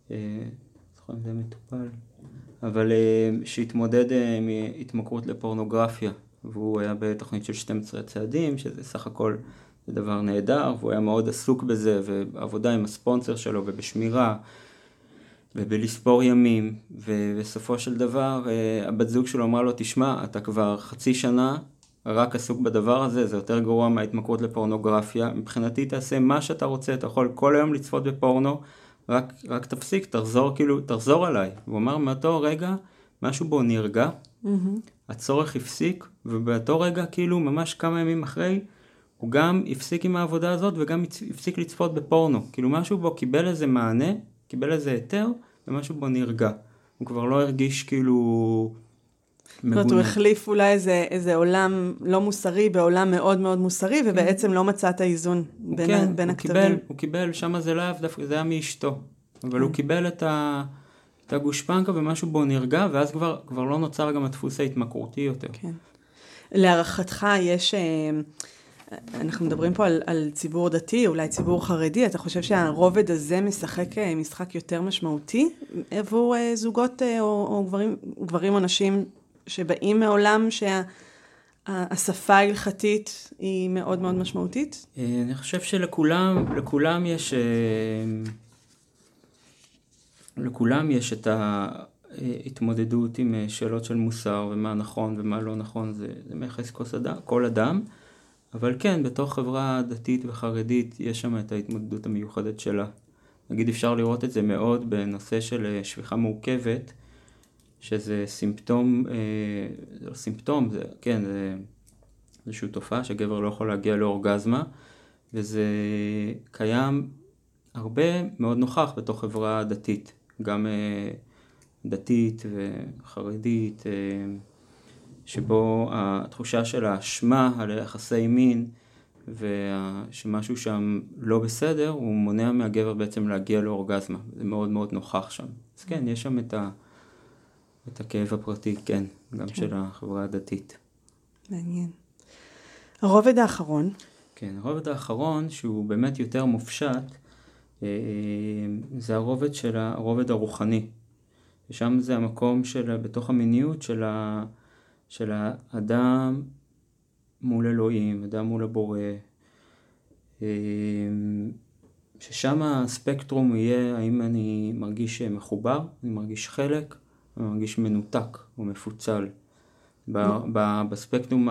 C: זוכר אם זה מטופל, אבל שהתמודד מהתמכרות לפורנוגרפיה, והוא היה בתוכנית של שנים עשר צעדים, שזה סך הכל זה דבר נהדר, והוא היה מאוד עסוק בזה, ועבודה עם הספונסר שלו, ובשמירה, ובלספור ימים, ובסופו של דבר, הבת זוג שלו אמרה לו, תשמע, אתה כבר חצי שנה, רק עסוק בדבר הזה, זה יותר גרוע מההתמכרות לפורנוגרפיה, מבחינתי תעשה מה שאתה רוצה, אתה יכול כל היום לצפות בפורנו, רק, רק תפסיק, תחזור, כאילו, תחזור עליי. הוא אמר, מאותו רגע, משהו בו נרגע, mm-hmm. הצורך הפסיק, ובאותו רגע, כאילו, ממש כמה ימים אחרי, הוא גם הפסיק עם העבודה הזאת, וגם הפסיק לצפות בפורנו. כאילו, משהו בו קיבל איזה מענה, קיבל איזה היתר, ומשהו בו נרגע. הוא כבר לא הרגיש, כאילו,
B: זאת אומרת, הוא החליף אולי איזה, איזה עולם לא מוסרי, בעולם מאוד מאוד מוסרי, ובעצם לא מצא את האיזון בין,
C: כן,
B: בין
C: הוא
B: הכתבים.
C: קיבל, הוא קיבל, שמה זה לא דווקא, זה היה מאשתו. אבל הוא קיבל את, ה, את הגושפנקה ומשהו בו נרגע, ואז כבר, כבר לא נוצר גם הדפוס ההתמכרותי יותר.
B: כן. להערכתך יש, אנחנו מדברים פה על, על ציבור דתי, אולי ציבור חרדי, אתה חושב שהרובד הזה משחק משחק יותר משמעותי עבור זוגות או, או גברים, גברים או נשים שבאים מעולם שהשפה ההלכתית היא מאוד מאוד משמעותית?
C: אני חושב שלכולם, לכולם יש, לכולם יש את ההתמודדות עם שאלות של מוסר ומה נכון ומה לא נכון, זה, זה מייחס כל אדם, אבל כן, בתוך חברה דתית וחרדית יש שם את ההתמודדות המיוחדת שלה. נגיד אפשר לראות את זה מאוד בנושא של שפיכה מורכבת, שזה סימפטום, אה, זה לא סימפטום, זה, כן, זה איזושהי תופעה שגבר לא יכול להגיע לאורגזמה, וזה קיים הרבה מאוד נוכח בתוך חברה דתית, גם אה, דתית וחרדית, אה, שבו התחושה של האשמה על יחסי מין, ושמשהו שם לא בסדר, הוא מונע מהגבר בעצם להגיע לאורגזמה, זה מאוד מאוד נוכח שם. אז כן, יש שם את ה... את הכאב הפרטי, כן, גם כן. של החברה הדתית.
B: מעניין. הרובד האחרון?
C: כן, הרובד האחרון, שהוא באמת יותר מופשט, זה הרובד של הרובד הרוחני. ושם זה המקום של, בתוך המיניות של, ה, של האדם מול אלוהים, אדם מול הבורא, ששם הספקטרום יהיה, האם אני מרגיש מחובר, אני מרגיש חלק, אני מרגיש מנותק או מפוצל. בספקטרום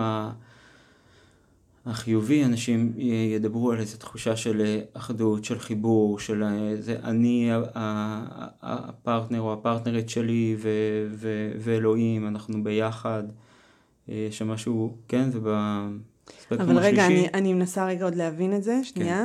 C: החיובי אנשים ידברו על איזו תחושה של אחדות, של חיבור, של זה אני הפרטנר או הפרטנרית שלי ואלוהים, אנחנו ביחד, שמשהו, כן, ובספקטרום השלישי.
B: אבל רגע, אני מנסה רגע עוד להבין את זה, שנייה.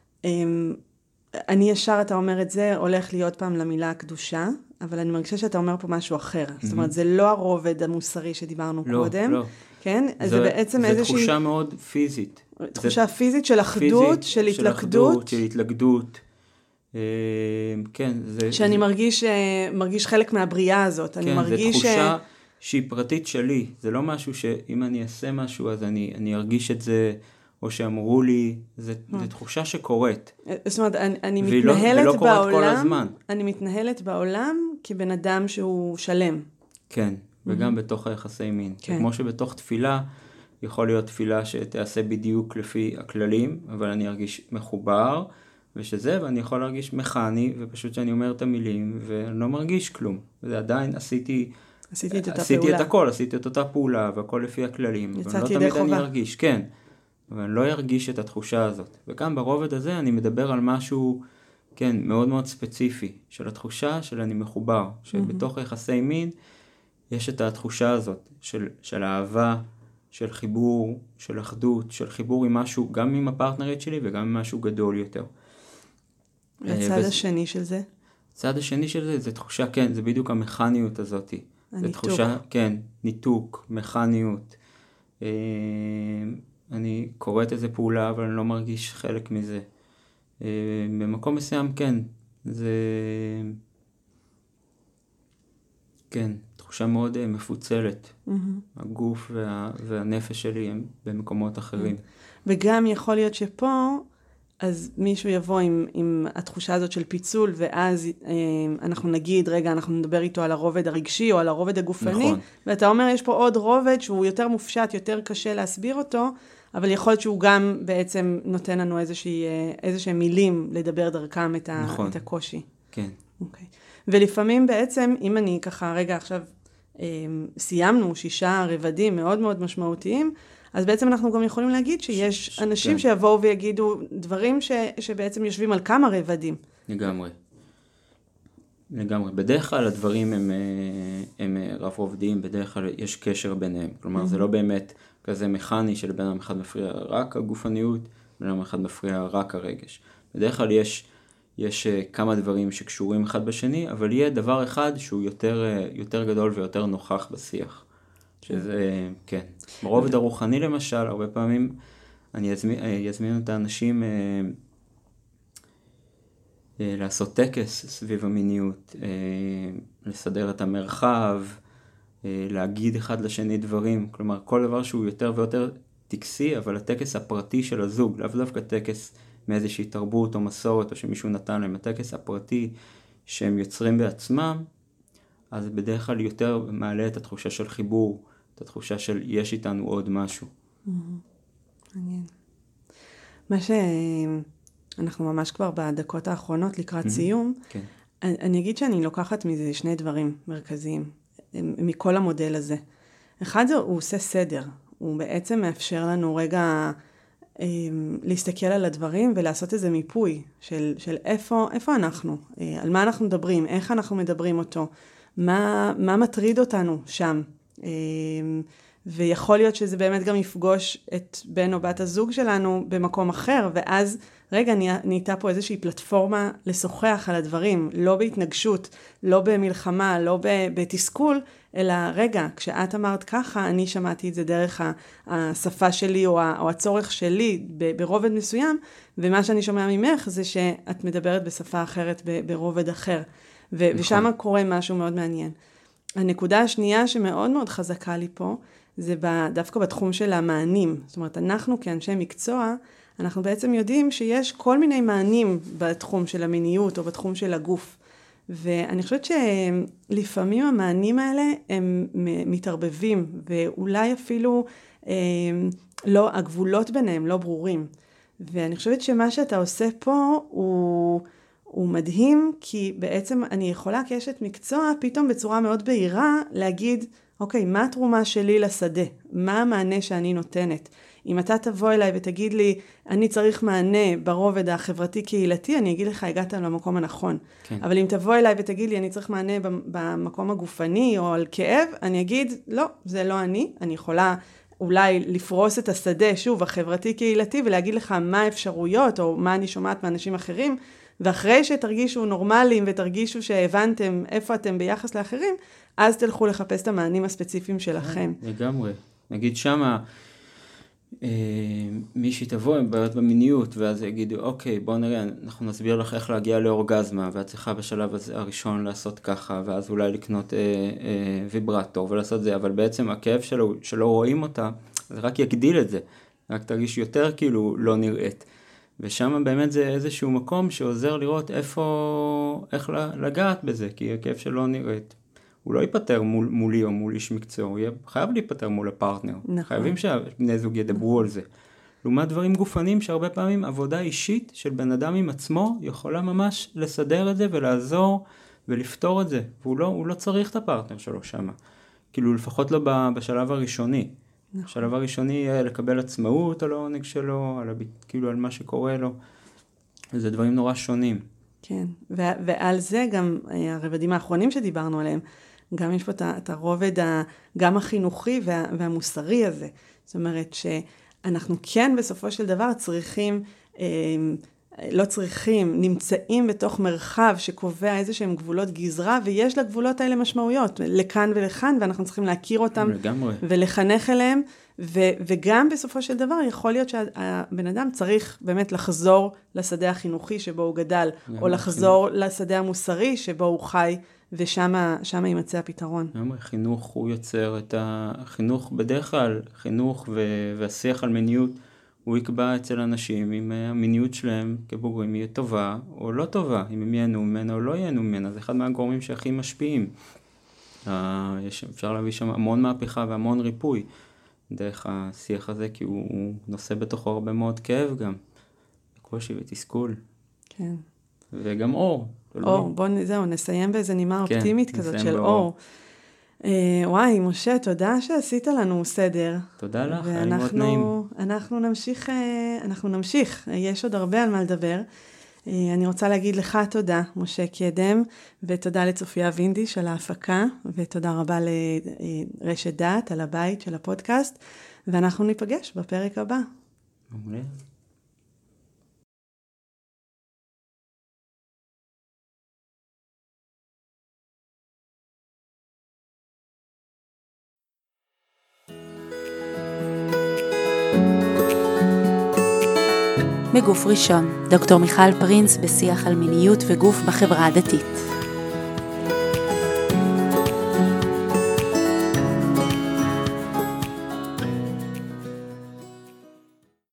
B: אני ישר, אתה אומר את זה, הולך להיות פעם למילה הקדושה, אבל אני מרגישה שאתה אומר פה משהו אחר. Mm-hmm. זאת אומרת, זה לא הרובד המוסרי שדיברנו
C: לא,
B: קודם.
C: לא, לא.
B: כן? זה, זה בעצם איזושהי...
C: זו תחושה מאוד פיזית.
B: תחושה זה... פיזית של אחדות, פיזית, של התלכדות.
C: של, של התלכדות. אה, כן, זה...
B: שאני
C: זה...
B: מרגיש, מרגיש חלק מהבריאה הזאת.
C: כן,
B: אני מרגיש...
C: זה תחושה ש... שהיא פרטית שלי. זה לא משהו שאם אני אעשה משהו, אז אני, אני ארגיש את זה... או שאמרו לי, זה, זה תחושה שקורית.
B: זאת אומרת, אני, אני מתנהלת
C: ולא, ולא
B: בעולם,
C: כל הזמן.
B: אני מתנהלת בעולם כבן אדם שהוא שלם.
C: כן, וגם mm-hmm. בתוך היחסי מין. כן. כמו שבתוך תפילה, יכול להיות תפילה שתעשה בדיוק לפי הכללים, אבל אני ארגיש מחובר, ושזה, ואני יכול להרגיש מכני, ופשוט שאני אומר את המילים, ואני לא מרגיש כלום. וזה עדיין עשיתי...
B: עשיתי את אותה
C: עשיתי
B: פעולה.
C: את הכל, עשיתי את אותה פעולה, והכל לפי הכללים.
B: יצאתי ידי חובה.
C: אני ארגיש, כן. אבל אני לא ארגיש את התחושה הזאת. וכאן ברובד הזה אני מדבר על משהו, כן, מאוד מאוד ספציפי, של התחושה של אני מחובר, שבתוך יחסי מין יש את התחושה הזאת, של, של אהבה, של חיבור, של אחדות, של חיבור עם משהו, גם עם הפרטנרית שלי וגם עם משהו גדול יותר.
B: והצד וזה, השני של זה?
C: הצד השני של זה, זה תחושה, כן, זה בדיוק המכניות הזאת.
B: הניתוק.
C: זה תחושה, כן, ניתוק, מכניות. אני קוראת איזה פעולה, אבל אני לא מרגיש חלק מזה. במקום מסוים, כן, זה... כן, תחושה מאוד מפוצלת. Mm-hmm. הגוף וה... והנפש שלי הם במקומות אחרים.
B: וגם יכול להיות שפה אז מישהו יבוא עם, עם התחושה הזאת של פיצול, ואז אה, אנחנו נגיד, רגע, אנחנו נדבר איתו על הרובד הרגשי, או על הרובד הגופני, נכון. ואתה אומר, יש פה עוד רובד שהוא יותר מופשט, יותר קשה להסביר אותו, אבל יכול להיות שהוא גם בעצם נותן לנו איזושהי, איזושהי מילים לדבר דרכם את, ה, נכון. את הקושי.
C: כן.
B: אוקיי. ולפעמים בעצם, אם אני ככה, רגע, עכשיו אה, סיימנו שישה רבדים מאוד מאוד משמעותיים, אז בעצם אנחנו גם יכולים להגיד שיש ש- אנשים כן. שיבואו ויגידו דברים ש- שבעצם יושבים על כמה רבדים.
C: לגמרי. לגמרי. בדרך כלל הדברים הם, הם רב רובדיים, בדרך כלל יש קשר ביניהם. כלומר, mm-hmm. זה לא באמת כזה מכני של בן אדם אחד מפריע רק הגופניות, בן אדם אחד מפריע רק הרגש. בדרך כלל יש, יש כמה דברים שקשורים אחד בשני, אבל יהיה דבר אחד שהוא יותר, יותר גדול ויותר נוכח בשיח. שזה, כן. ברובד הרוחני למשל, הרבה פעמים אני אזמין, אזמין את האנשים אה, אה, לעשות טקס סביב המיניות, אה, לסדר את המרחב, אה, להגיד אחד לשני דברים, כלומר כל דבר שהוא יותר ויותר טקסי, אבל הטקס הפרטי של הזוג, לאו דווקא טקס מאיזושהי תרבות או מסורת או שמישהו נתן להם, הטקס הפרטי שהם יוצרים בעצמם, אז בדרך כלל יותר מעלה את התחושה של חיבור, את התחושה של יש איתנו עוד משהו.
B: מעניין. מה שאנחנו ממש כבר בדקות האחרונות לקראת סיום, אני אגיד שאני לוקחת מזה שני דברים מרכזיים, מכל המודל הזה. אחד זה, הוא עושה סדר, הוא בעצם מאפשר לנו רגע להסתכל על הדברים ולעשות איזה מיפוי של, של איפה, איפה אנחנו, על מה אנחנו מדברים, איך אנחנו מדברים אותו, מה, מה מטריד אותנו שם. ויכול להיות שזה באמת גם יפגוש את בן או בת הזוג שלנו במקום אחר, ואז רגע נהייתה פה איזושהי פלטפורמה לשוחח על הדברים, לא בהתנגשות, לא במלחמה, לא בתסכול, אלא רגע, כשאת אמרת ככה, אני שמעתי את זה דרך השפה שלי או הצורך שלי ברובד מסוים, ומה שאני שומע ממך זה שאת מדברת בשפה אחרת ברובד אחר, ושם קורה משהו מאוד מעניין. הנקודה השנייה שמאוד מאוד חזקה לי פה, זה דווקא בתחום של המענים. זאת אומרת, אנחנו כאנשי מקצוע, אנחנו בעצם יודעים שיש כל מיני מענים בתחום של המיניות או בתחום של הגוף. ואני חושבת שלפעמים המענים האלה הם מתערבבים, ואולי אפילו אה, לא, הגבולות ביניהם לא ברורים. ואני חושבת שמה שאתה עושה פה הוא... הוא מדהים, כי בעצם אני יכולה כאשת מקצוע פתאום בצורה מאוד בהירה להגיד, אוקיי, מה התרומה שלי לשדה? מה המענה שאני נותנת? אם אתה תבוא אליי ותגיד לי, אני צריך מענה ברובד החברתי-קהילתי, אני אגיד לך, הגעת למקום הנכון. כן. אבל אם תבוא אליי ותגיד לי, אני צריך מענה במקום הגופני או על כאב, אני אגיד, לא, זה לא אני. אני יכולה אולי לפרוס את השדה, שוב, החברתי-קהילתי, ולהגיד לך מה האפשרויות או מה אני שומעת מאנשים אחרים, ואחרי שתרגישו נורמליים ותרגישו שהבנתם איפה אתם ביחס לאחרים, אז תלכו לחפש את המענים הספציפיים שלכם.
C: לגמרי. נגיד שמה, אה, מישהי תבוא עם בעיות במיניות, ואז יגידו, אוקיי, בוא נראה, אנחנו נסביר לך איך להגיע לאורגזמה, ואת צריכה בשלב הראשון לעשות ככה, ואז אולי לקנות אה, אה, ויברטור ולעשות זה, אבל בעצם הכאב שלו, שלא רואים אותה, זה רק יגדיל את זה. רק תרגיש יותר כאילו לא נראית. ושם באמת זה איזשהו מקום שעוזר לראות איפה, איך לגעת בזה, כי הכיף שלא נראית. הוא לא ייפטר מול, מולי או מול איש מקצוע, הוא יהיה, חייב להיפטר מול הפרטנר. נכון. חייבים שבני זוג ידברו על זה. לעומת דברים גופניים שהרבה פעמים עבודה אישית של בן אדם עם עצמו יכולה ממש לסדר את זה ולעזור ולפתור את זה. והוא לא, הוא לא צריך את הפרטנר שלו שם. כאילו לפחות לא בשלב הראשוני. נכון. השלב הראשוני יהיה לקבל עצמאות על העונג שלו, על, כאילו על מה שקורה לו. זה דברים נורא שונים.
B: כן, ו- ועל זה גם הרבדים האחרונים שדיברנו עליהם, גם יש פה את הרובד גם החינוכי וה- והמוסרי הזה. זאת אומרת שאנחנו כן בסופו של דבר צריכים, לא צריכים, נמצאים בתוך מרחב שקובע איזה שהם גבולות גזרה, ויש לגבולות האלה משמעויות, לכאן ולכאן, ואנחנו צריכים להכיר אותם,
C: לגמרי.
B: ולחנך אליהם, ו- וגם בסופו של דבר יכול להיות שהבן אדם צריך באמת לחזור לשדה החינוכי שבו הוא גדל, או לחזור חינוך. לשדה המוסרי שבו הוא חי, ושם שם יימצא הפתרון.
C: לגמרי, חינוך הוא יוצר את החינוך בדרך כלל, חינוך ו- והשיח על מיניות, הוא יקבע אצל אנשים אם המיניות שלהם כבוגרים יהיה טובה או לא טובה, אם הם ייהנו ממנה או לא ייהנו ממנה, זה אחד מהגורמים שהכי משפיעים. יש, אפשר להביא שם המון מהפכה והמון ריפוי דרך השיח הזה, כי הוא, הוא נושא בתוכו הרבה מאוד כאב גם, בקושי ותסכול.
B: כן.
C: וגם אור.
B: אור, בוא זהו, נסיים באיזה נימה כן, אופטימית כזאת של באור. אור. אה, וואי, משה, תודה שעשית לנו סדר.
C: תודה לך, היה לי מאוד נעים.
B: אנחנו נמשיך, אנחנו נמשיך, יש עוד הרבה על מה לדבר. אני רוצה להגיד לך תודה, משה קדם, ותודה לצופיה וינדי של ההפקה, ותודה רבה לרשת דעת על הבית של הפודקאסט, ואנחנו ניפגש בפרק הבא.
C: מעולה.
A: בגוף ראשון, דוקטור מיכל פרינס בשיח על מיניות וגוף בחברה הדתית.